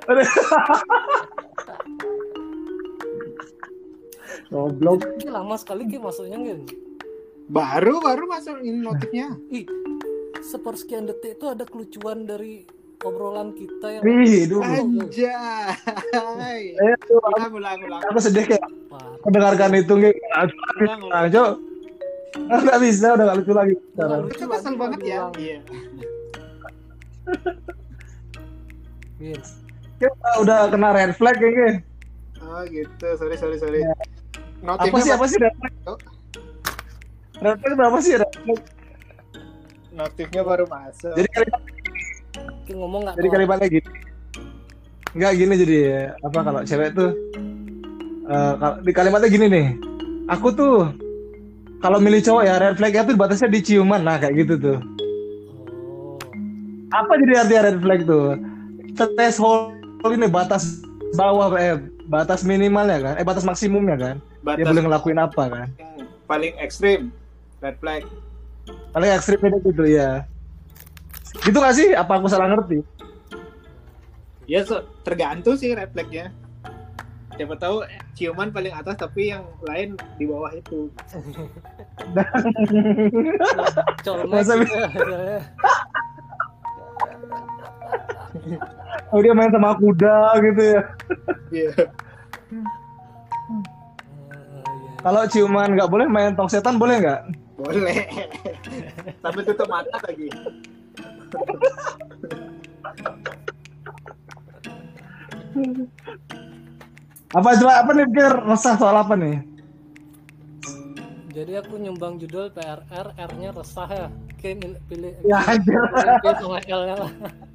Goblok. Ini lama sekali Ki masuknya kan. Baru masuk ini notifnya. Sepersekian detik itu ada kelucuan dari obrolan kita yang Dulu. Anjay. Ulang. Aku sedih kayak mendengarkan itu kayak Cok. Nggak bisa, udah nggak lucu lagi sekarang. Itu kesel banget ya. Iya. Kita udah kena red flag kayaknya. Oh gitu, sorry. Ya. Notifnya Apa sih red flag? Red flag berapa sih red flag? Notifnya baru masuk. Jadi ngomong nggak? Jadi kalimatnya gini. Nggak gini jadi apa kalau cewek tuh di kalimatnya gini nih. Aku tuh kalau milih cowok ya red flag tuh batasnya di ciuman, nah kayak gitu tuh. Apa jadi artinya red flag tuh? Threshold ini batas bawah batas minimalnya kan? Batas maksimumnya kan? Dia boleh ngelakuin apa kan? Paling ekstrim red flag. Paling ekstrim itu ya. Gitu nggak sih? Apa aku salah ngerti? Ya tergantung sih red flagnya. Siapa tahu ciuman paling atas tapi yang lain di bawah itu. Masa oh dia main sama kuda gitu ya. Iya. Kalau ciuman nggak boleh, main tong setan boleh nggak? Boleh. Sambil tutup mata lagi. Apa nih pikir resah soal apa nih? Jadi aku nyumbang judul PRR, R-nya resah ya. Pilih Ya aja. Sama L-nya lah.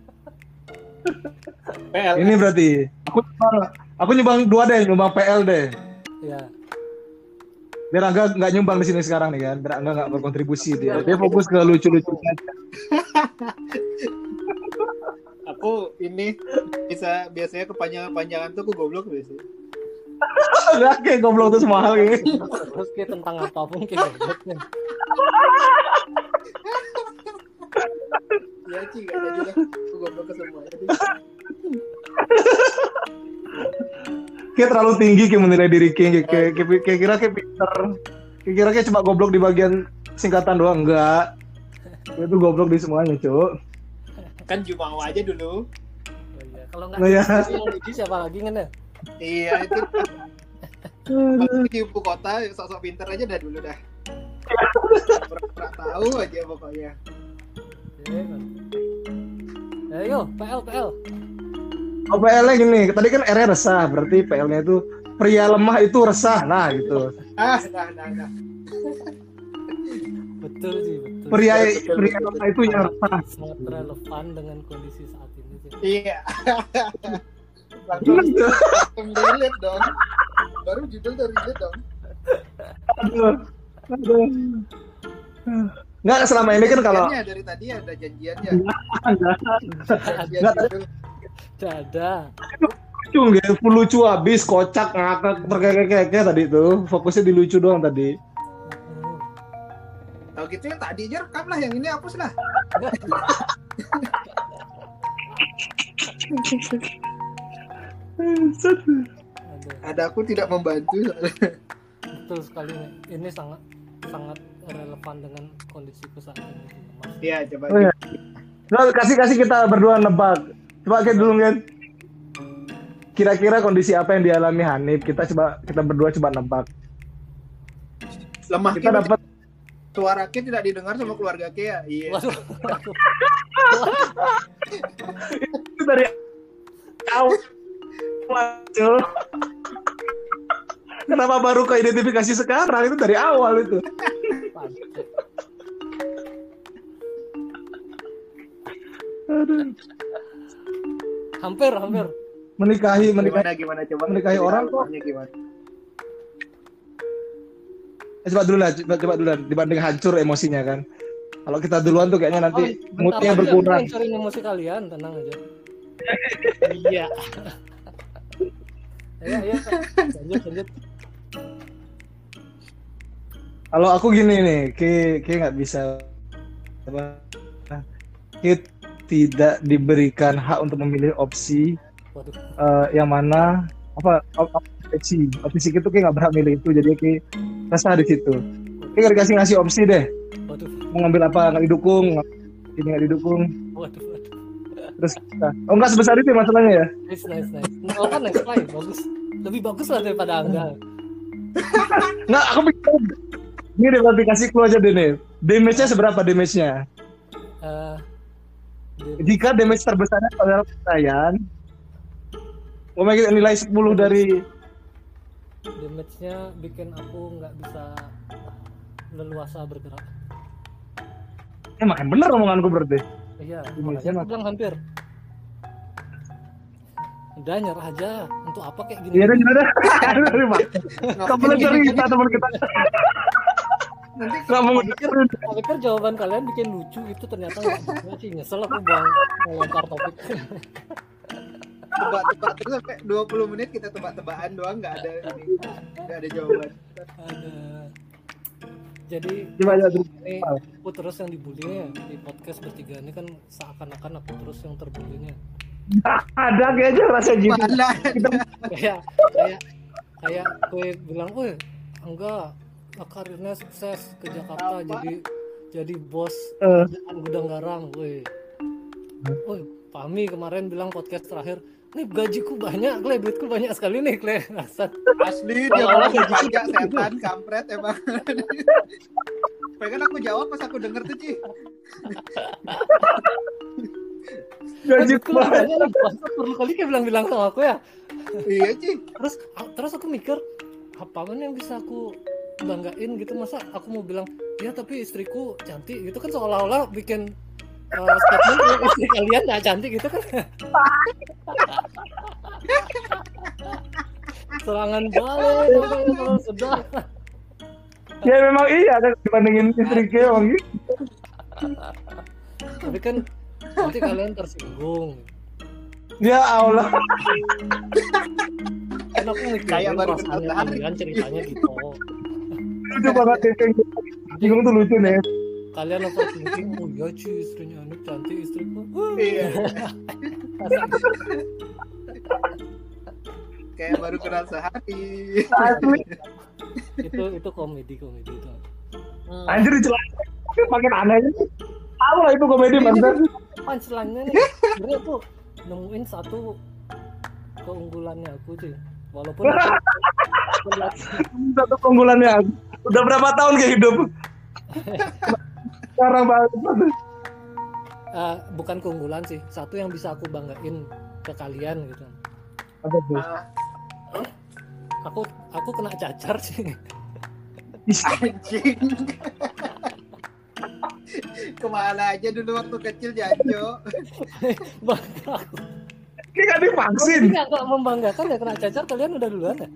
PL. Ini berarti aku nyumbang 2 deh, nyumbang PL deh. Ya. Biar Angga nggak nyumbang di sini sekarang nih kan, biar Angga nggak berkontribusi dia fokus ke lucu-lucunya. Aku ini biasanya kepanjangan-panjangan tuh aku goblok biasanya. Enggak kayak goblok tuh semua hal kayak. Terus kayak tentang apapun kayak gobloknya. Ya Ci, gak jadi dah. Aku goblok ke semua. Kayak terlalu tinggi kayak menilai diri kayak kira kayak pinter. Kira kayak cuma goblok di bagian singkatan doang, enggak. Itu goblok di semuanya, Cuk. Kan Jumawa aja dulu. Oh, iya. Kalau nggak ya. yang lucu siapa lagi kan ya? Iya itu. Kalau di ibu kota sok-sok pinter aja dah dulu dah. Pernah tahu aja pokoknya. Ayo, PL. Oh, PL-nya gini, tadi kan R-nya resah, berarti PL-nya itu pria lemah itu resah, nah gitu. Nah. Betul sih, betul. Pria lemah itu yang resah. Sangat relevan dengan kondisi saat ini sih. Iya. Langsung relate dong. Baru judul dari relate dong. Aduh. Nggak, selama ini kan kalau dari tadi ada janjiannya. Nggak ada. Lucu habis, kocak, ngakak, terkekek tadi tuh. Fokusnya di lucu doang tadi. Kalau gitu yang tadi aja rekam lah, yang ini hapus lah. Ada aku tidak membantu. Betul sekali nih. Ini sangat relevan dengan kondisiku saat ini. Iya, coba. Oh, ya. Nah, kasih kita berdua nebak. Coba dulu kan. Kira-kira kondisi apa yang dialami Hanif? Kita berdua coba nebak. Lemah kita dapat suara Ki tidak didengar sama keluarga Ki ya. Iya. Itu dari awal. Kenapa baru ke identifikasi sekarang? Itu dari awal itu. Aduh. Hampir. Menikahi Gimana coba menikahi orang kok. Gimana? Coba dulu dibanding hancur emosinya kan. Kalau kita duluan tuh kayaknya nanti moodnya berkurang. Hancurin emosi kalian, tenang aja. Iya. Ayo, lanjut. Kalau aku gini nih, kayak nggak bisa apa, tidak diberikan hak untuk memilih opsi Waduh. Yang mana opsi itu kayak nggak berhak milih itu, jadi kayak resah di situ. Kayak ngasih opsi deh, Waduh. mau ngambil apa, nggak didukung, ini nggak didukung, Waduh. terus nggak sebesar itu masalahnya ya. Nice. Oh kan next line bagus. Lebih bagus lah daripada Angga. Nggak, aku pikir ini deh, berarti kasih clue aja deh nih. Damage-nya seberapa damage-nya? Jika damage terbesarnya adalah perayaan, nilai 10 dari damage-nya bikin aku nggak bisa leluasa bergerak. makin bener omonganku berarti. Iya, Damage-nya makanya aku bilang hampir. Udah nyerah aja. Untuk apa kayak gini? Iya udah. Kamu cerita teman kita. Nanti Nggak mau Aku pikir jawaban kalian bikin lucu itu, ternyata nggak sih. Nyesel aku melempar topik. tebak-tebak terus sampai 20 menit kita tebak-tebakan doang, nggak ada jawaban. Ada. Jadi Gimana? ini aku terus yang dibulinya di podcast bertiga ini kan, seakan-akan aku terus yang terbulinya. Ada kayaknya rasa gitu. Mana? kayak gue bilang, enggak, karirnya sukses ke Jakarta. Apa? jadi bos gudang garang. Fahmi kemarin bilang podcast terakhir, nih gajiku banyak, Kle, duitku banyak sekali nih, Kle. Asli dia malah pajak setan kampret emang. Pengen aku jawab pas aku denger tuh, Ci. Gajiku banyak. Masa perlu kali kayak bilang sama aku ya. Iya, Ci. Terus aku mikir, apaan yang bisa aku banggain gitu. Masa aku mau bilang, ya tapi istriku cantik gitu kan, seolah-olah bikin statement istri kalian gak cantik gitu kan. Serangan balik kalau sudah. Ya memang iya kan, dibandingin istri ke emang gitu. Tapi kan nanti kalian tersinggung. Ya Allah. Kan aku Kayak mikirin baru rasanya kenal sehari. kalian ceritanya gitu. Lucu banget yang bingung tuh lucu nih. Kalian overthinking, oh ya Ci, istrinya Anu cantik, istriku. Iya. Kayak baru kenal sehari. Asli. itu komedi itu. Anjir dijelasin. Makin aneh aja. Tahu lah itu komedi mantan. Punchline-nya nih, sebenarnya aku nemuin satu keunggulannya aku sih. Walaupun aku lihat Satu keunggulannya. Udah berapa tahun ke hidup? Sekarang banget. bukan keunggulan sih, satu yang bisa aku banggain ke kalian gitu. Apa tuh? Aku kena cacar sih. Anjing. Kemana aja dulu waktu kecil, Janjo? Bangga aku. Ini kan divaksin. Ini agak membanggakan ya, kena cacar kalian udah duluan ya?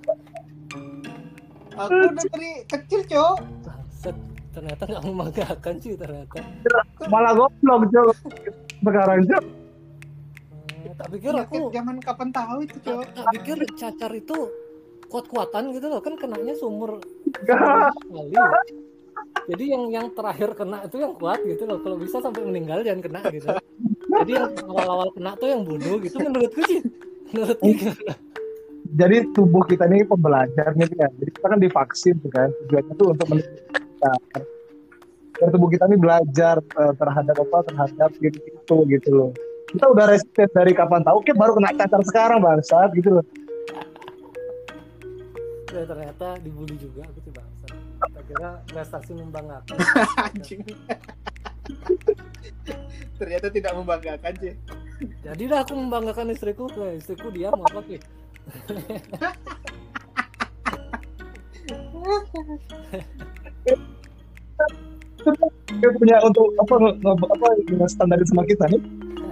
Aku udah dari kecil, Cok. Bangsat, ternyata nggak membanggakan sih ternyata. Malah goblok, Cok. Sekarang, Cok. Tak pikir aku Zaman kapan tahu itu, Cok? tak pikir cacar itu kuat-kuatan gitu loh, kan kenanya seumur sekali. Jadi yang terakhir kena itu yang kuat gitu loh. Kalau bisa sampai meninggal jangan kena gitu. Jadi yang awal-awal kena tuh yang bodoh gitu menurutku sih. Menurutku gimana? Jadi tubuh kita ini pembelajar nih kan. Jadi kita kan divaksin tuh kan. Tujuannya tuh untuk meningkatkan. Biar tubuh kita ini belajar terhadap virus itu gitu loh. Kita udah resisten dari kapan tahu, baru kena cacar sekarang bangsat gitu loh. Ya, ternyata dibully juga aku sih bangsat. Tak kira prestasi membanggakan. Anjing. Ternyata tidak membanggakan, sih. Jadi dah aku membanggakan istriku diam apa sih? Dia punya untuk apa standar sama kita nih.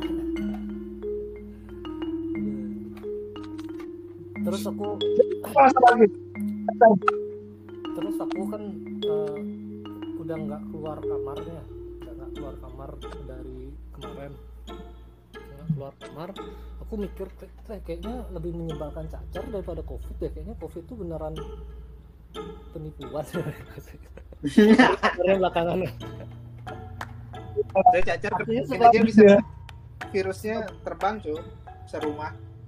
Terus aku lagi. Terus aku kan udah nggak keluar kamarnya, dari kemarin, nggak keluar kamar. Aku mikir kayaknya lebih menyebalkan cacar daripada COVID ya. Kayaknya COVID itu beneran penipuan. Karena belakangan. Saya cacar Artinya aja bisa ya. virusnya terbang, Cok, serumah.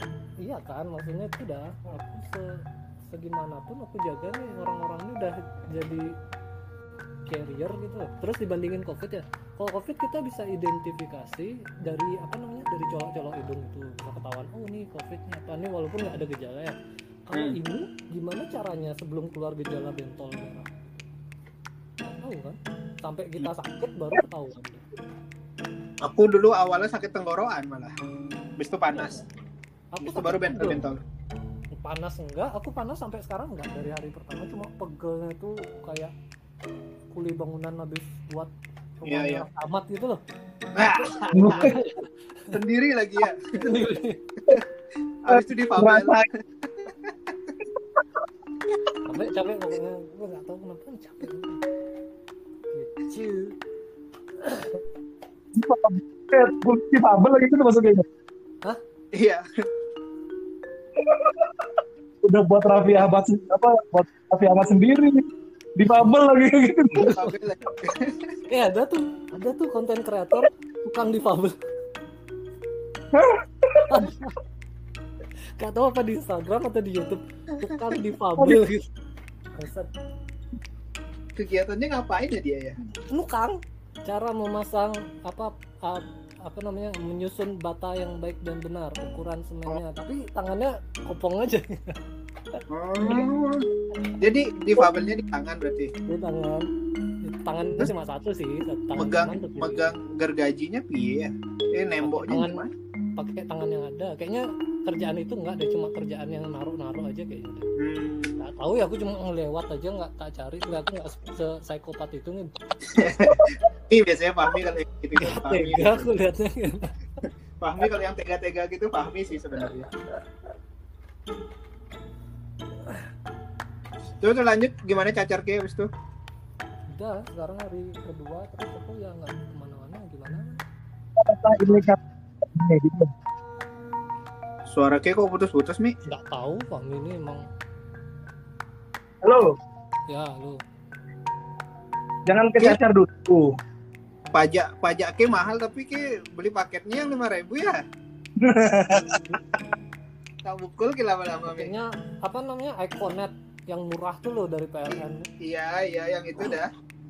iya kan, maksudnya itu udah aku segimanapun aku jaga nih orang-orang ini udah jadi carrier gitu loh. Terus dibandingin COVID ya, kalau COVID kita bisa identifikasi dari apa namanya, dari colok-colok hidung itu bisa ketahuan, oh ini COVID-nya apa nih, walaupun nggak ada gejala ya. Kalau ini gimana caranya sebelum keluar gejala bentol darah? Nggak tahu kan, sampai kita sakit baru ketahuan. Aku dulu awalnya sakit tenggorokan malah, habis itu panas, Aku habis itu baru sakit pegel. bentol. Panas enggak, aku panas sampai sekarang enggak, dari hari pertama cuma pegelnya itu kayak kuli bangunan habis buat Iya, iya. rumahnya amat gitu loh. Sendiri lagi ya, habis itu di Fabel. Capek pokoknya, gue nggak tahu kenapa capek. Kecil. Di Fabel lagi itu masuk kayaknya. Iya. Udah buat Raffi Ahmad buat Raffi Ahmad sendiri di Fabel lagi gitu. Fabel lagi. Ada tuh konten kreator tukang difabel. Gak tahu apa di Instagram atau di YouTube, tukang difabel gitu. Buset. Kegiatannya ngapain ya dia ya? Nukang cara memasang apa namanya, menyusun bata yang baik dan benar, ukuran semennya, tapi tangannya kopong aja. Jadi di Fabelnya di tangan berarti. Di tangannya cuma satu sih, tangan kanan tuh kiri. Megang gergajinya piye ya? Nemboknya Tangan- gimana? Pakai tangan yang ada. Kayaknya kerjaan itu enggak deh, cuma kerjaan yang naruh aja kayaknya deh. Nggak tahu ya, aku cuma ngelewat aja, nggak tak cari. Aku nggak se-psikopat itu nih. Ih, biasanya Fahmi kalau yang gitu Gak tega aku lihatnya. Fahmi kalau yang tega-tega gitu Fahmi sih sebenarnya. Terus lanjut gimana cacar ke habis itu? Udah, sekarang hari kedua, terus aku ya nggak kemana-mana, gimana? Ini kan gitu. Suara ke kok putus-putus Mi? Nggak tahu, Fahmi ini emang Halo, ya lu. jangan kecacar dulu. Pajak ke mahal tapi ke beli paketnya yang 5.000 ya. Tak pukul ke lama-lama Mi. Kayaknya apa namanya, Iconet yang murah tuh loh dari PLN. Iya, yang itu dah.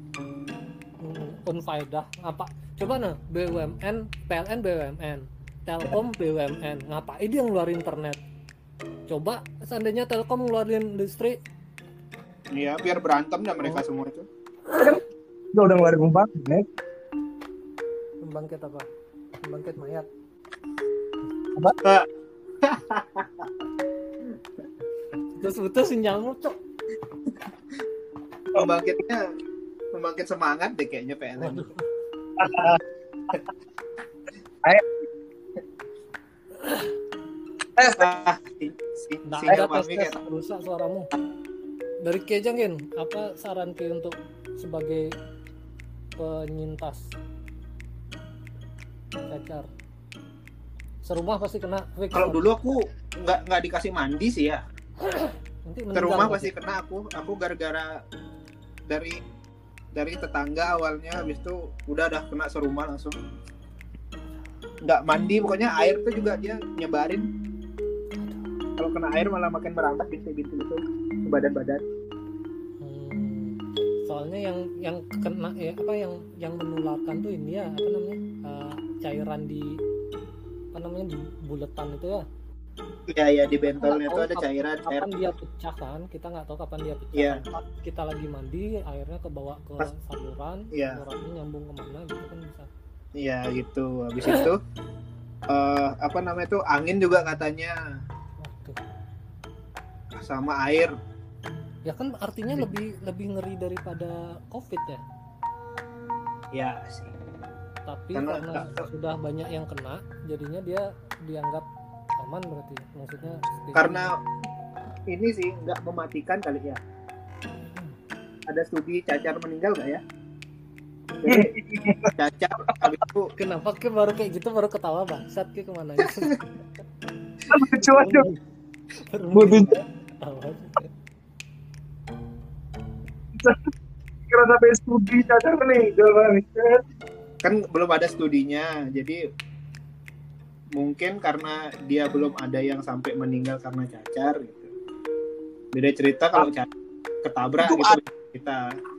Unfaedah apa? Coba nah, BUMN, PLN BUMN, Telkom BUMN, ngapain dia ngeluarin internet? Coba seandainya Telkom ngeluarin listrik, Iya, biar berantem dah mereka semua itu. Udah ngeluarin pembangkit. pembangkit apa? Pembangkit mayat. Putus nyamuk cok. Pembangkit semangat deh kayaknya PLN. Nggak Singa ada Fahmi tes kayak rusak suaramu. Dari Kejangin, apa saran Ki untuk sebagai penyintas cacar? Serumah pasti kena. Fix. kalau dulu aku nggak dikasih mandi sih ya. Nanti Ke meninggal rumah pasti. pasti kena aku gara-gara dari tetangga awalnya, habis itu udah kena serumah langsung. Nggak mandi, pokoknya air tuh juga dia nyebarin. Kalau kena air malah makin merambah bintik-bintik itu ke badan-badan. Soalnya yang kena ya apa yang menularkan tuh ini ya, apa namanya, cairan di apa namanya, di buletan itu ya. Iya, di bentolnya itu ada cairan. Kapan dia pecah kan, kita nggak tahu kapan dia pecah. Iya. Pas kita lagi mandi, airnya kebawa ke saluran, Iya. salurannya nyambung kemana gitu kan bisa. Iya gitu. Habis itu apa namanya tuh, angin juga katanya Waduh. sama air. Ya kan artinya lebih ngeri daripada COVID ya. Ya sih. Tapi Karena- karena sudah banyak yang kena, jadinya dia dianggap aman berarti. Maksudnya Karena ini sih nggak mematikan kali ya. Ada studi cacar meninggal nggak ya? Jadi cacar habis itu kenapa ke baru kayak gitu baru ketawa bangsat ke kemana gitu. Lucu aja. Baru Butuh ketawa. kira sampai studi cacar nih, jalan. kan belum ada studinya, jadi mungkin karena dia belum ada yang sampai meninggal karena cacar gitu. Beda cerita kalau cacar ketabrak Itu gitu kita.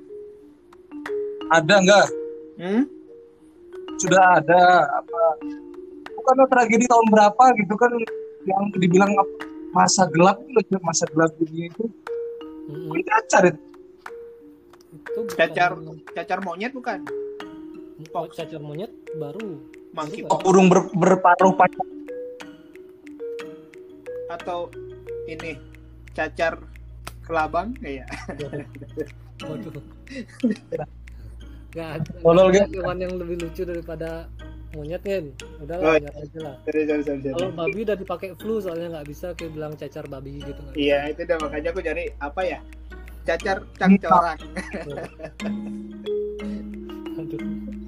Ada nggak? Sudah ada apa? Bukan tragedi tahun berapa gitu kan yang dibilang masa gelap itu, masa gelap dunia itu. Ini cacar itu. Itu Cacar monyet bukan? cacar monyet baru. Monkey Oh, burung berparuh panjang. atau ini cacar kelabang kayak. Waduh. Gak ada Tolol, Gen. hewan yang lebih lucu daripada monyet kan. Oh, Udahlah, biar aja lah. Sorry. Kalau babi udah dipakai flu soalnya nggak bisa kayak bilang cacar babi gitu kan. Iya, itu udah makanya aku cari apa ya? Cacar cangcorak. Aduh.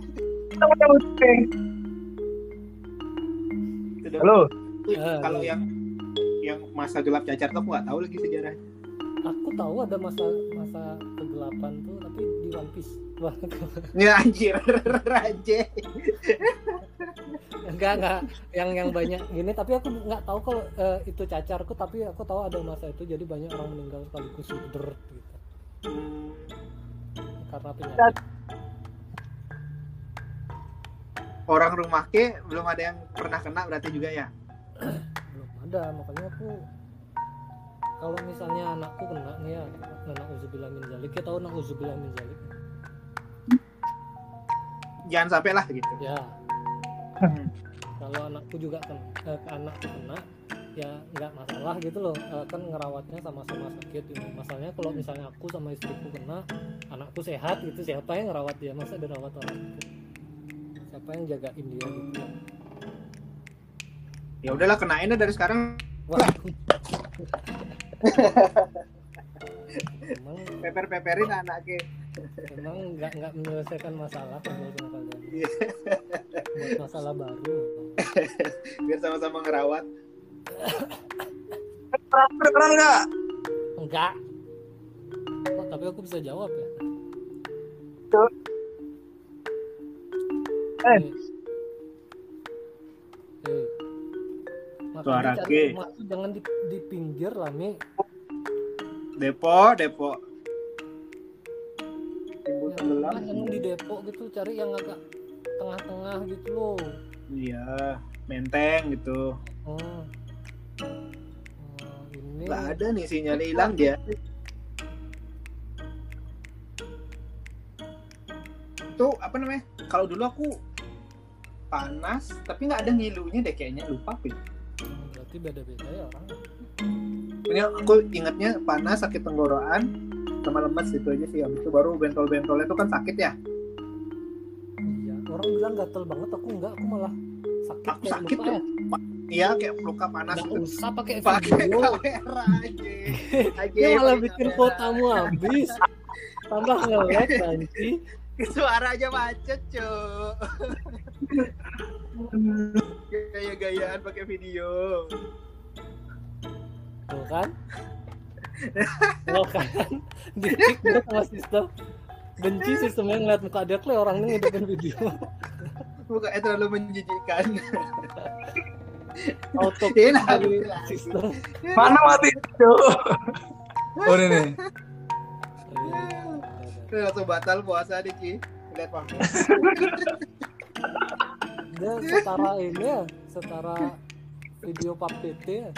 Itu Halo. Kalau yang masa gelap cacar tuh aku nggak tahu lagi sejarahnya. Aku tahu ada masa kegelapan tuh tapi di One Piece. Wah, Ya anjir, raje. enggak yang banyak gini tapi aku nggak tahu kalau itu cacarku tapi aku tahu ada masa itu jadi banyak orang meninggal sekaligus gitu karena penyakit. Orang rumah ke belum ada yang pernah kena berarti juga ya. Belum ada, makanya aku kalau misalnya anakku kena nih ya na'udzubillah min dzalik, ya tahu na'udzubillah min dzalik Jangan sampai lah gitu. ya. Kalau anakku juga anakku kena ya nggak masalah gitu loh, kan ngerawatnya sama-sama sakit gitu. Masalahnya kalau misalnya aku sama istriku kena, anakku sehat gitu, siapa yang ngerawat dia, masa dirawat orang gitu, siapa yang jagain dia gitu. Ya udahlah, kenain aja dari sekarang. Wah. Emang Peperin anaknya. nggak menyelesaikan masalah kalau sama kalian. Buat masalah baru. Biar sama-sama ngerawat. Keren nggak? Enggak. Oh, tapi aku bisa jawab ya. Suara Makanya G. cari rumah tuh jangan di pinggir lah nih. Depo. Ya, Tenggelam. jangan di Depok gitu, cari yang agak tengah-tengah gitu loh. Iya, menteng gitu. Ini Nggak ada nih, sinyalnya hilang dia. Itu apa namanya? Kalau dulu aku panas, tapi nggak ada ngilunya deh kayaknya, lupa aku. berarti beda-beda ya orang. Ini aku ingatnya panas, sakit tenggorokan, sama lemas gitu aja sih. Habis itu baru bentol-bentolnya itu kan sakit ya. Iya, orang bilang gatel banget, aku enggak, aku malah sakit Aku kayak sakit lupa tuh. ya. Iya, kayak luka panas Nggak itu. usah pakai Pakai video. kamera aja. Dia malah bikin kuotamu habis. Tambah nge-lag nanti. Suara aja macet, Cuk. Gaya-gayaan pakai video. Tuh kan? Tuh kan? Dikik dia sama sistem. Benci sistemnya ngeliat muka dia kayak orang ini ngidupin video. Mukanya terlalu menjijikkan. Auto Enak. dari sistem. Mana mati itu? Oh ini nih. Langsung batal puasa deh, Ci. Lihat Bang. Dia setara ini ya, setara video Pap PT ya.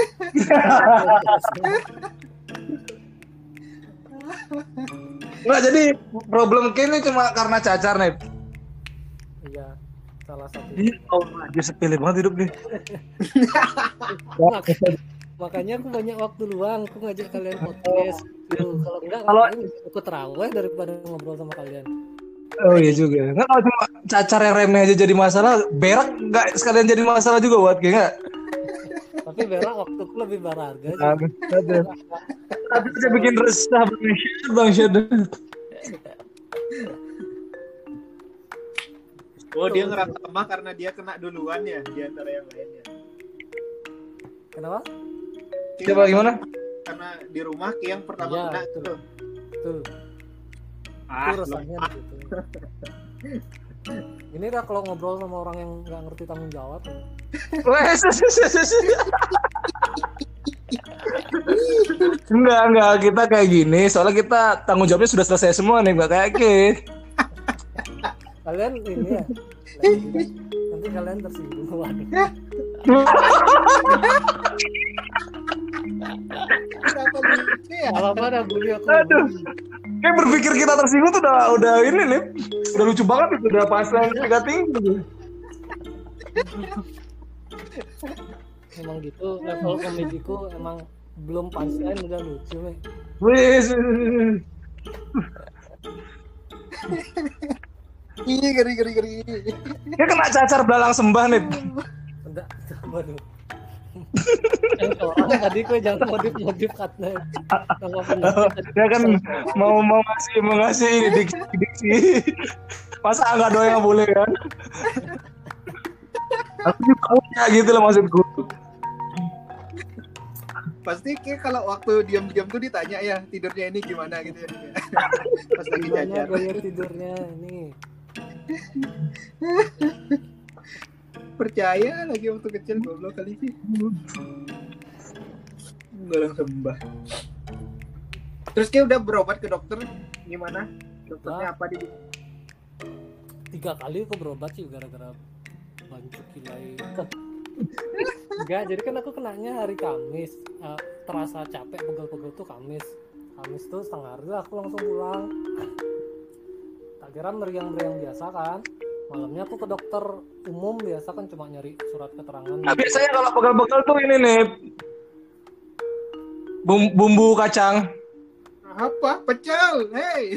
Nggak, jadi problem kini cuma karena cacar nih. Iya, salah satu. Oh, dia sepele banget hidup nih. Makanya aku banyak waktu luang, aku ngajak kalian podcast. Kalau enggak, Kalau- aku terawih daripada ngobrol sama kalian. Oh iya juga. Nggak, kalau cuma cacar yang remeh aja jadi masalah, berak nggak sekalian jadi masalah juga buat kayak nggak? Tapi berak waktuku lebih berharga. sih. Tapi bisa bikin resah Bang Syed. Oh, dia ngerasa lemah karena dia kena duluan ya di antara yang lainnya. Kenapa? Coba gimana? Karena di rumah Ki yang pertama Iya, kena betul. tuh. Tuh. Itu resahnya di situ. Ini dah kalau ngobrol sama orang yang nggak ngerti tanggung jawab. Wes. Enggak, kita kayak gini, soalnya kita tanggung jawabnya sudah selesai semua nih, enggak kayak gitu. Kalian ini ya, nanti kalian tersinggung. Waduh. Kenapa lucu ya? Apa dah bully aku. Aduh. Kayak berpikir kita tersinggung tuh udah ini nih. Udah lucu banget itu, udah pasang tingkat tinggi. Emang gitu, level komediku emang belum punchline udah lucu nih. Wes. Ih, geri. Dia kena cacar belalang sembah nih. Enggak, waduh. Orang tadi gue jangan modif katanya. Dia kan mau ngasih ini diksi. Masa enggak doang yang boleh kan? Aku juga punya gitu loh maksudku. Pasti kayak kalau waktu diam-diam tuh ditanya ya tidurnya ini gimana gitu ya. Pas lagi Gimana jajar. gaya tidurnya ini? Percaya lagi waktu kecil goblok kali sih. Belalang sembah. Terus kayak udah berobat ke dokter gimana? Dokternya apa di 3 kali aku berobat sih gara-gara bancu kilai. Enggak, jadi kan aku kenanya hari Kamis. Terasa capek pegel-pegel tuh Kamis tuh setengah hari lah aku langsung pulang. Tak kira meriang-meriang biasa kan. Malamnya aku ke dokter umum, biasa kan cuma nyari surat keterangan. Nah, biasanya kalau pegel-pegel tuh ini nih bumbu kacang. apa? Pecel. Hey.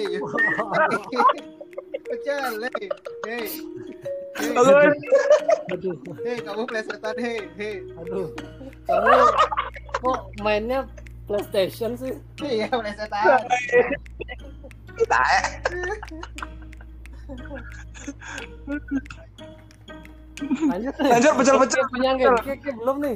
Pecel. Hey. Aduh, Hey, kamu plesetan. Hey. aduh. Kamu kok mainnya PlayStation sih? Iya, plesetan. Lanjut pecel. Punya ngekek belum nih?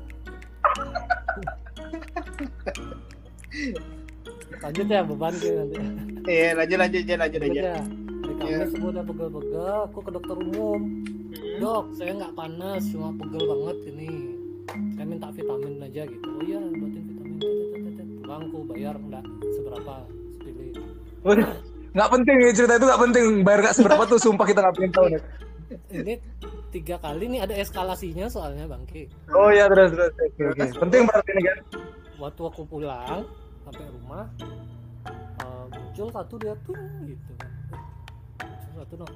Lanjut ya, beban gitu nanti. Iya, lanjut aja. Ya. Hari Kamis aku udah pegel-pegel, aku ke dokter umum. Dok, saya nggak panas, cuma pegel banget ini. Saya minta vitamin aja gitu. Oh iya, buatin vitamin. Pulang aku bayar nggak seberapa sepilih. Nggak penting cerita itu, nggak penting bayar nggak seberapa tuh, sumpah kita nggak pengen tahu nih. Ini 3 kali nih, ada eskalasinya soalnya Bangki. Oh ya, terus. Oke. Penting berarti ini kan. Waktu aku pulang sampai rumah, muncul satu dia tuh gitu kan. Muncul satu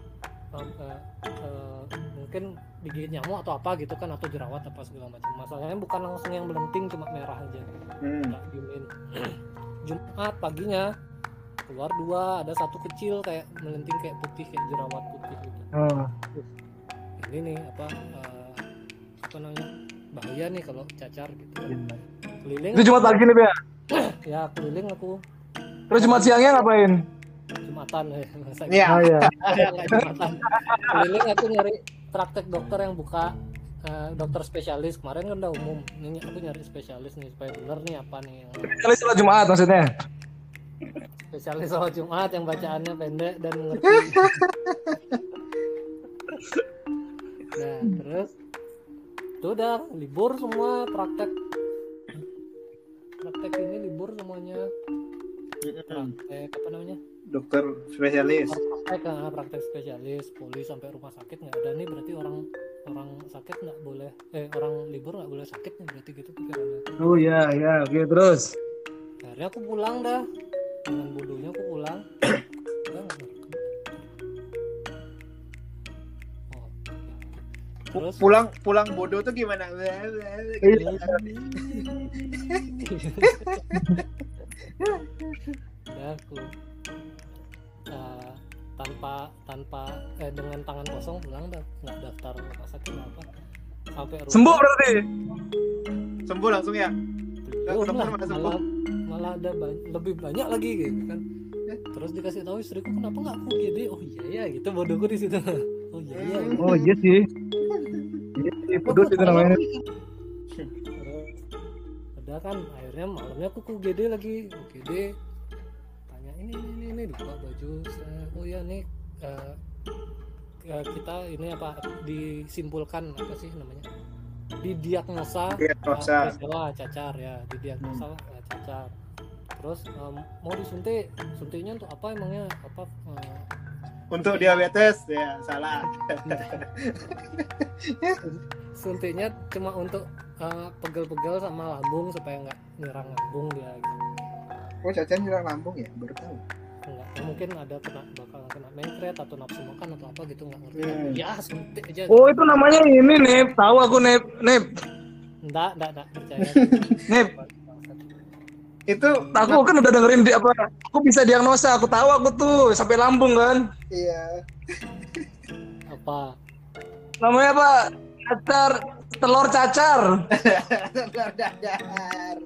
mungkin digigit nyamuk atau apa gitu kan, atau jerawat apa segala macam. Masalahnya bukan langsung yang melenting, cuma merah aja. Nggak diemin. Jumat paginya keluar 2, ada 1 kecil kayak melenting kayak putih, kayak jerawat putih gitu. Ini nih apa namanya, bahaya nih kalau cacar gitu. Keliling Itu Jumat pagi nih, Bea. ya, keliling aku. Terus Jumat siangnya ngapain? Jumatan masa Iya. Oh iya. nggak Jumatan. Keliling aku nyari praktek dokter yang buka, dokter spesialis. Kemarin kan udah umum, ini aku nyari spesialis nih supaya bener nih apa nih yang Kali sholat Jumat maksudnya. spesialis soal Jumat yang bacaannya pendek dan mengerti. Nah, terus itu udah libur semua, praktek ini libur semuanya. Praktek apa namanya? Dokter spesialis. Praktek spesialis, poli sampai rumah sakit nggak ada nih, berarti orang sakit nggak boleh, orang libur nggak boleh sakit nih, berarti gitu pikirannya. Oh iya, oke, terus. Akhirnya aku pulang dah, dengan bodohnya aku pulang. Udah nggak ngerekam. Terus Pulang bodoh tuh gimana? udah aku tanpa dengan tangan kosong pulang, dah nggak daftar rumah sakit apa sampai rumah. Sembuh berarti. Sembuh langsung ya? Belum lah, malah ada lebih banyak lagi gitu kan. Terus dikasih tahu istriku, kenapa nggak aku GD? Oh iya ya, gitu bodohku di situ. Oh iya ya. Oh iya sih. Iya, bodoh itu namanya. Udah kan, akhirnya malamnya aku ke GD lagi. GD tanya ini nih, dibuka baju. Oh ya nih kita ini apa disimpulkan apa sih namanya? Didiagnosa cacar ya, didiagnosa cacar. Terus mau suntiknya untuk apa emangnya? Apa untuk diabetes ya, salah. Suntiknya cuma untuk pegel-pegel sama lambung supaya nggak nyerang lambung dia gitu. Oh, cacar nyerang lambung ya? Baru tahu. Enggak, mungkin ada bakal kena menkret atau nafsu makan atau apa gitu, nggak ngerti. Ya suntik aja. Oh, itu namanya ini Nep, tahu aku Nep. Enggak percaya. Nep. Itu Aku kan udah dengerin aku bisa diagnosa, aku tahu aku tuh sampai lambung kan. iya. Apa? Namanya apa? Cacar, telur cacar. Telur dadar.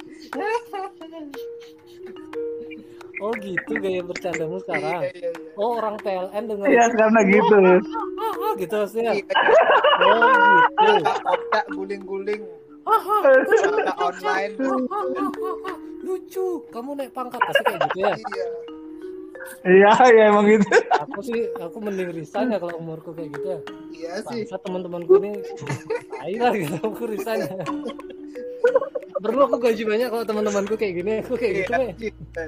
Oh gitu gaya bercandamu sekarang. Iya. Oh orang PLN dengerin. Iya, karena gitu. Gitu maksudnya. Iya. Oh gitu. Otak guling-guling. Otak online. Lucu. Kamu naik pangkat pasti kayak gitu ya. Iya. Iya emang gitu. Aku mending resign ya kalau umurku kayak gitu ya. Iya sih. Bangsa teman-temanku ini lah gitu, aku resign. Perlu aku gaji banyak kalau teman-temanku kayak gini, aku kayak gitu ya.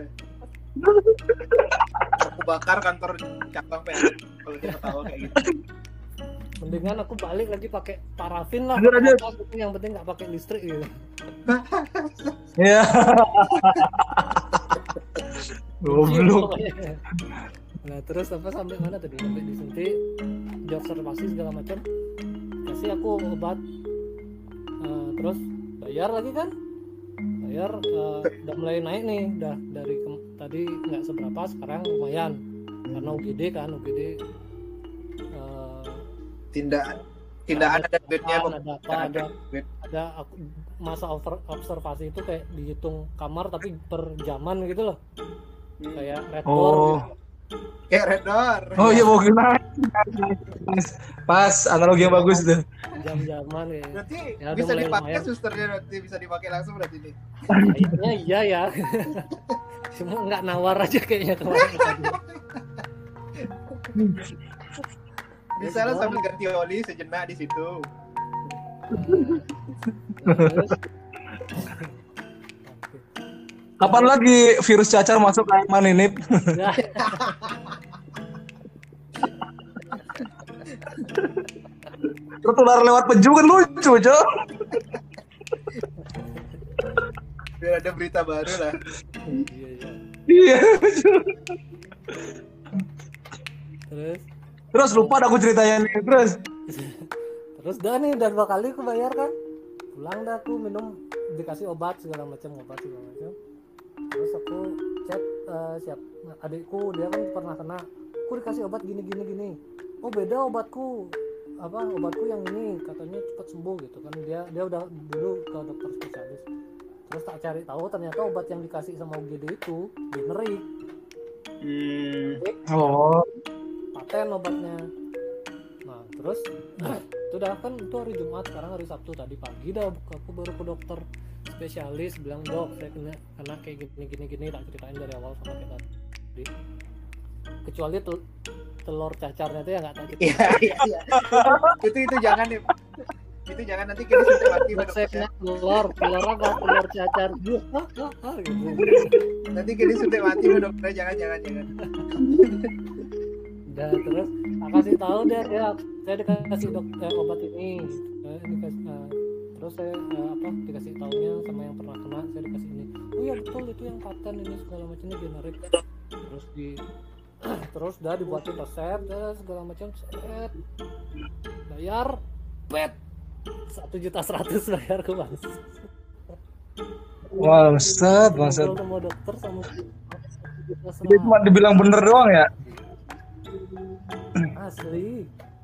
Aku bakar kantor cabang PLN kalau dia ketawa kayak gitu. Mendingan aku balik lagi pakai parafin lah. Lanjut. Yang penting nggak pakai listrik gitu. Iya. Goblok. Nah terus apa sampai mana tadi? Sampai disuntik, diobservasi segala macam. Kasih aku obat. Terus bayar lagi kan? Bayar udah mulai naik nih, udah dari tadi nggak seberapa, sekarang lumayan karena UGD kan, tindakan ada duitnya, ada masa observasi itu kayak dihitung kamar tapi per jaman gitu loh, kayak red door gitu. Kayak red door. Oh iya, mau gimana? Pas analogi yang bagus tuh. Jam-jaman ya. Berarti Ya, bisa mulai dipakai lumayan. susternya, berarti bisa dipakai langsung berarti ini. Kayaknya iya ya. Cuma nggak nawar aja kayaknya kemarin tadi. Bisa lah sambil ganti oli sejenak di situ. Terus, Kapan lagi virus cacar masuk ke Aiman ini? ya, Tertular lewat peju kan lucu, Cok. Biar ada berita baru lah. iya. Iya. Terus lupa aku ceritanya nih. Terus dah nih udah 2 kali aku bayar kan, pulang dah aku minum, dikasih obat segala macam. Terus aku chat adikku, dia kan pernah kena, aku dikasih obat gini. Oh beda obatku yang ini katanya cepat sembuh gitu kan, dia udah dulu ke dokter spesialis. Terus tak cari tahu ternyata obat yang dikasih sama UGD itu generik. Oh. Paten obatnya. Nah terus itu dah kan, itu hari Jumat, sekarang hari Sabtu, tadi pagi dah aku baru ke dokter spesialis, bilang dok saya kena kayak gini, tak ceritain dari awal sama kayak tadi, kecuali telur cacarnya itu ya nggak tak ceritain. Iya. Itu jangan nih. Itu jangan, nanti kita sudah mati konsepnya telur apa telur cacar gitu. Nanti kita sudah mati dokter, jangan. Udah terus tak kasih tahu deh ya, saya dikasih obat ini, terus saya dikasih taunya sama yang pernah kena, saya dikasih ini. Oh iya betul, itu yang paten ini segala macamnya generik. Terus udah dibuatin resep dan segala macam, bayar pet 1.100.000 bayar ke bang. Bangsat. Sama dokter sama Dia cuma dibilang bener doang ya. Asli.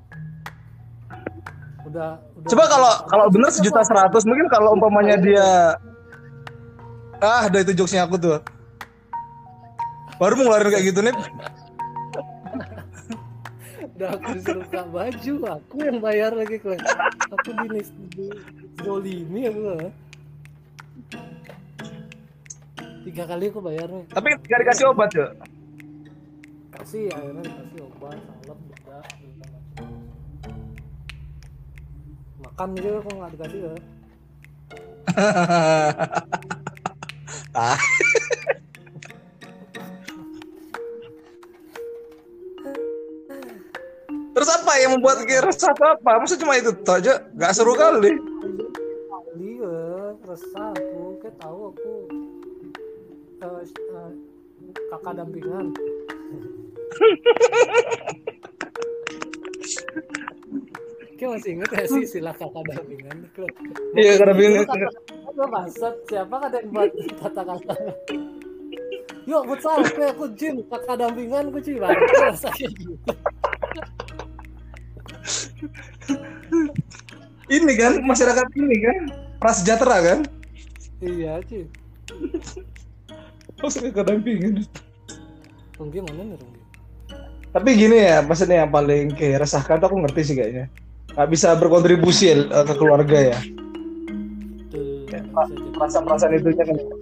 Udah Coba kalau bener 1.100.000, mungkin kalau umpamanya dia udah itu jokesnya aku tuh. Baru mau ngeluarin kayak gitu nih. Udah aku disuruh buka baju, aku yang bayar lagi kalian. Aku zolimi aku. 3 kali aku bayar nih. Tapi gak dikasih obat, Cok. Dikasih akhirnya dikasih obat salep beda segala macam. Makan juga kok nggak dikasih ya. Ah, terus apa yang membuat kayak resah tuh apa? Masa cuma itu tuh aja? Gak seru kali. Kali ya resah aku kayak tahu aku kakak dampingan. Kayak masih inget ya sih istilah kakak dampingan itu. Iya, karena bingung. Gue maksud siapa kan yang buat kata-kata. Yuk futsal, aku gym, kakak dampingan gue sih banget rasanya gitu. Ini kan masyarakat ini kan prasejahtera kan? Iya sih. Maksudnya kedampingan. Runggi mana nih Runggi? Tapi gini ya, maksudnya yang paling kayak resahkan tuh aku ngerti sih kayaknya. Gak bisa berkontribusi ke keluarga ya. Perasaan-perasaan itunya kan. Nggak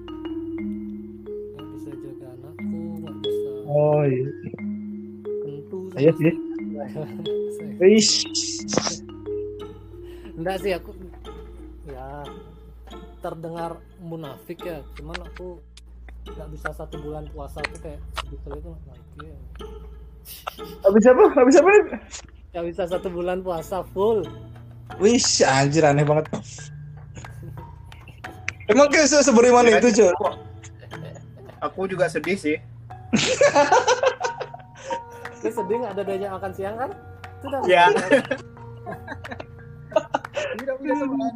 bisa jaga anakku, nggak bisa Oh iya. kentu. Iya sih. Wih. Enggak sih aku ya terdengar munafik ya, cuman aku nggak bisa 1 bulan puasa tuh kayak sedikit itu lagi ya. Habis apa? Habis apa nih? Nggak bisa 1 bulan puasa full. Wih, anjir aneh banget. Emang kayak seberiman itu, cuy. Aku juga sedih sih. Lu sedih nggak ada diajak makan siang kan? Itu udah Ya. makan. Tidak punya teman.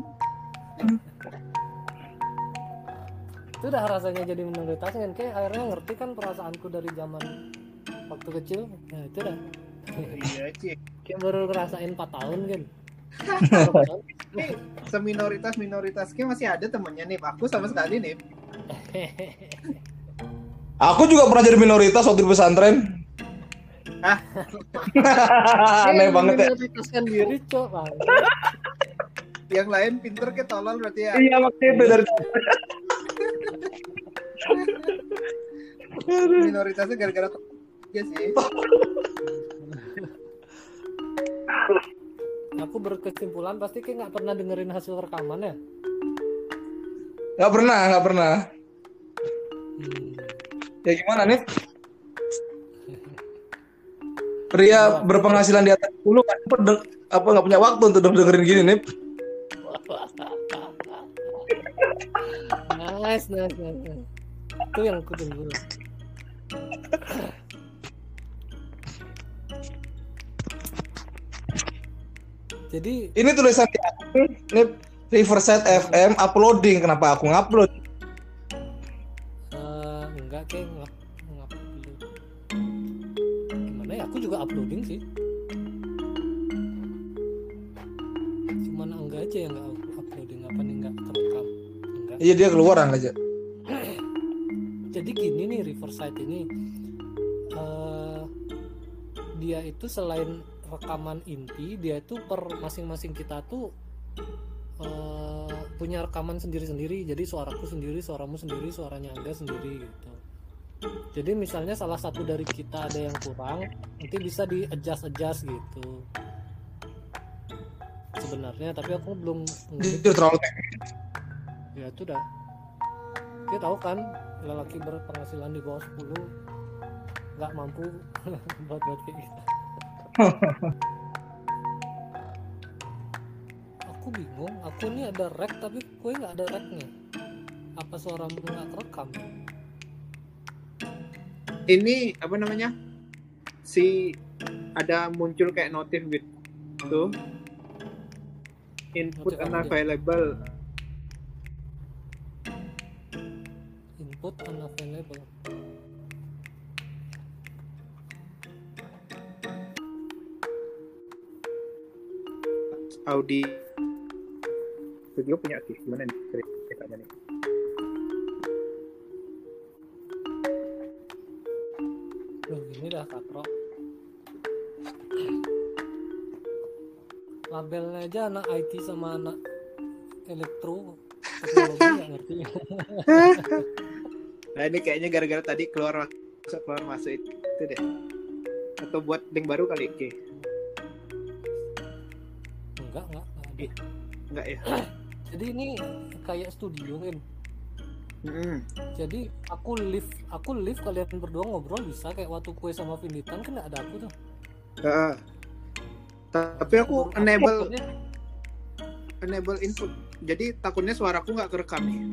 Itu udah rasanya jadi minoritas kan, kayak akhirnya ngerti kan perasaanku dari zaman waktu kecil. Nah itu dah Iya sih. kayak baru ngerasain 4 tahun kan. Ini seminoritas masih ada temennya nih. Aku sama sekali nih. Aku juga pernah jadi minoritas waktu di pesantren. Ah. Aneh banget ya. Minoritaskan diri cok. Yang lain pinter ke tolol berarti ya. Iya, makanya itu dari Minoritasnya gara-gara ya sih. Aku berkesimpulan pasti kayak nggak pernah dengerin hasil rekaman ya. Nggak pernah. Ya gimana nih? Pria berpenghasilan di atas 10 kan apa nggak punya waktu untuk dengerin gini nih? Nice. Itu yang aku tunggu. Jadi Ini tulisan di aku nih Riverside FM uploading. Kenapa aku ngupload? enggak kayak ngupload. Gimana ya? Aku juga uploading sih. Cuman enggak aja yang nggak uploading, apa nih nggak terekam. Enggak. Iya, dia keluar aja. Jadi gini nih Riverside ini dia itu selain rekaman inti, dia itu per masing-masing kita tuh punya rekaman sendiri-sendiri. Jadi suaraku sendiri, suaramu sendiri, suaranya Angga sendiri gitu. Jadi misalnya salah satu dari kita ada yang kurang, nanti bisa di adjust gitu. Sebenarnya, tapi aku belum Jujur terlalu ya itu dah. Dia tahu kan lelaki berpenghasilan di bawah 10 nggak mampu buat kayak gitu. Aku bingung, aku ini ada rek tapi gue nggak ada reknya. Apa suaramu nggak terekam? Ini apa namanya? Si ada muncul kayak notif gitu. Input Notif apa unavailable. Input unavailable. Audi Studio punya sih. Gimana nih ceritanya nih? Loh ini dah katro. Labelnya aja anak IT sama anak elektro teknologi nggak ngerti. Nah ini kayaknya gara-gara tadi keluar masuk itu itu deh. Atau buat link baru kali, Oke. Enggak ada. Enggak ya? Jadi ini kayak studio kan. Mm-mm. Jadi aku live kalian berdua ngobrol bisa kayak waktu kue sama Vinitan kan nggak ada aku tuh. Heeh. Tapi aku enable input. Jadi takutnya suaraku nggak kerekam nih.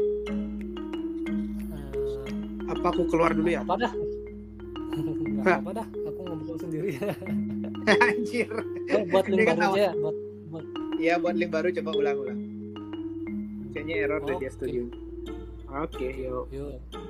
Apa aku keluar dulu ya? Apa dah? Nggak apa dah. Aku ngobrol sendiri. Anjir. Buat Ini link kan baru awal. aja. Iya, buat link baru coba ulang. Kayaknya error deh dia Oke. studio. Oke, yuk. Yuk.